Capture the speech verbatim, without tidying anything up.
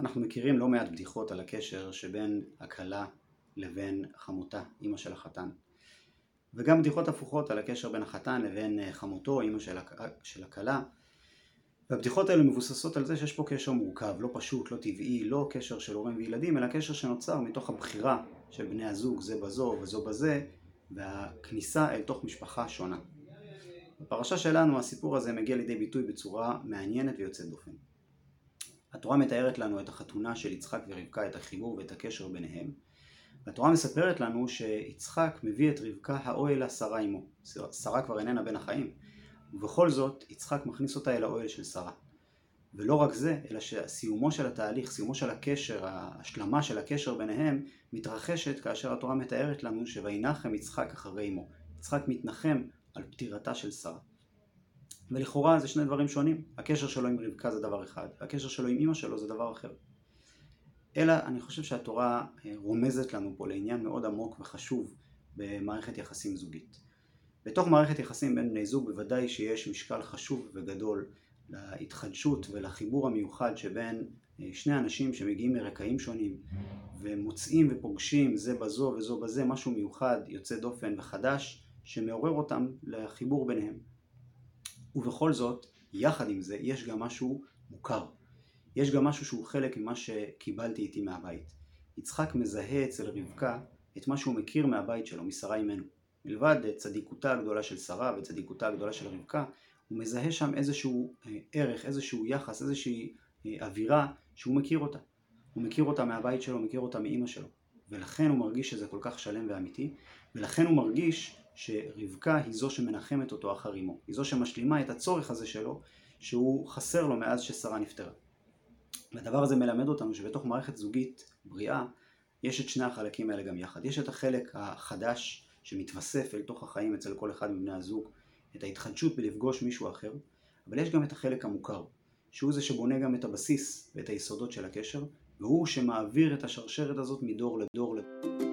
אנחנו מכירים לא מעט בדיחות על הקשר שבין הכלה לבין חמותה, אמא של החתן. וגם בדיחות הפוכות על הקשר בין החתן לבין חמותו, אמא של, הכ... של הכלה. והבדיחות האלה מבוססות על זה שיש פה קשר מורכב, לא פשוט, לא טבעי, לא קשר של הורים וילדים, אלא קשר שנוצר מתוך הבחירה של בני הזוג זה בזו וזו בזה, והכניסה אל תוך משפחה שונה. בפרשה שלנו הסיפור הזה מגיע לידי ביטוי בצורה מעניינת ויוצאת דופן. התורה מתארת לנו את החתונה של יצחק ורבקה, את החיבור ואת הקשר ביניהם. והתורה מספרת לנו שיצחק מביא את רבקה האוהל שרה עמו. שרה כבר איננה בין החיים. ובכל זאת יצחק מכניס אותה אל האוהל של שרה. ולא רק זה, אלא שסיומו של התהליך, סיומו של הקשר, ההשלמה של הקשר ביניהם, מתרחשת כאשר התורה מתארת לנו שוינחם יצחק אחרי אמו. יצחק מתנחם על פטירתה של שרה. ולכאורה זה שני דברים שונים. הקשר שלו עם רבקה זה דבר אחד, והקשר שלו עם אמא שלו זה דבר אחר. אלא אני חושב שהתורה רומזת לנו פה לעניין מאוד עמוק וחשוב במערכת יחסים זוגית. בתוך מערכת יחסים בין בני זוג בוודאי שיש משקל חשוב וגדול להתחדשות ולחיבור המיוחד שבין שני אנשים שמגיעים מרקעים שונים ומוצאים ופוגשים זה בזו וזו בזה משהו מיוחד, יוצא דופן וחדש שמעורר אותם לחיבור ביניהם. ובכל זאת, יחד עם זה, יש גם משהו מוכר. יש גם משהו שהוא חלק ממה שקיבלתי איתי מהבית. יצחק מזהה אצל רבקה את מה שהוא מכיר מהבית שלו, משרה אימנו. מלבד צדיקותה הגדולה של שרה וצדיקותה הגדולה של רבקה, הוא מזהה שם איזשהו ערך, איזשהו יחס, איזושהי אווירה שהוא מכיר אותה. הוא מכיר אותה מהבית שלו, הוא מכיר אותה מאמא שלו. ולכן הוא מרגיש שזה כל כך שלם ואמיתי, ולכן הוא מרגיש שרבקה היא זו שמנחמת אותו אחר אמו. היא זו שמשלימה את הצורך הזה שלו, שהוא חסר לו מאז ששרה נפטרה. והדבר הזה מלמד אותנו שבתוך מערכת זוגית בריאה, יש את שני החלקים האלה גם יחד. יש את החלק החדש שמתווסף אל תוך החיים אצל כל אחד מבני הזוג, את ההתחדשות בלפגוש מישהו אחר, אבל יש גם את החלק המוכר, שהוא זה שבונה גם את הבסיס ואת היסודות של הקשר, והוא שמעביר את השרשרת הזאת מדור לדור לדור.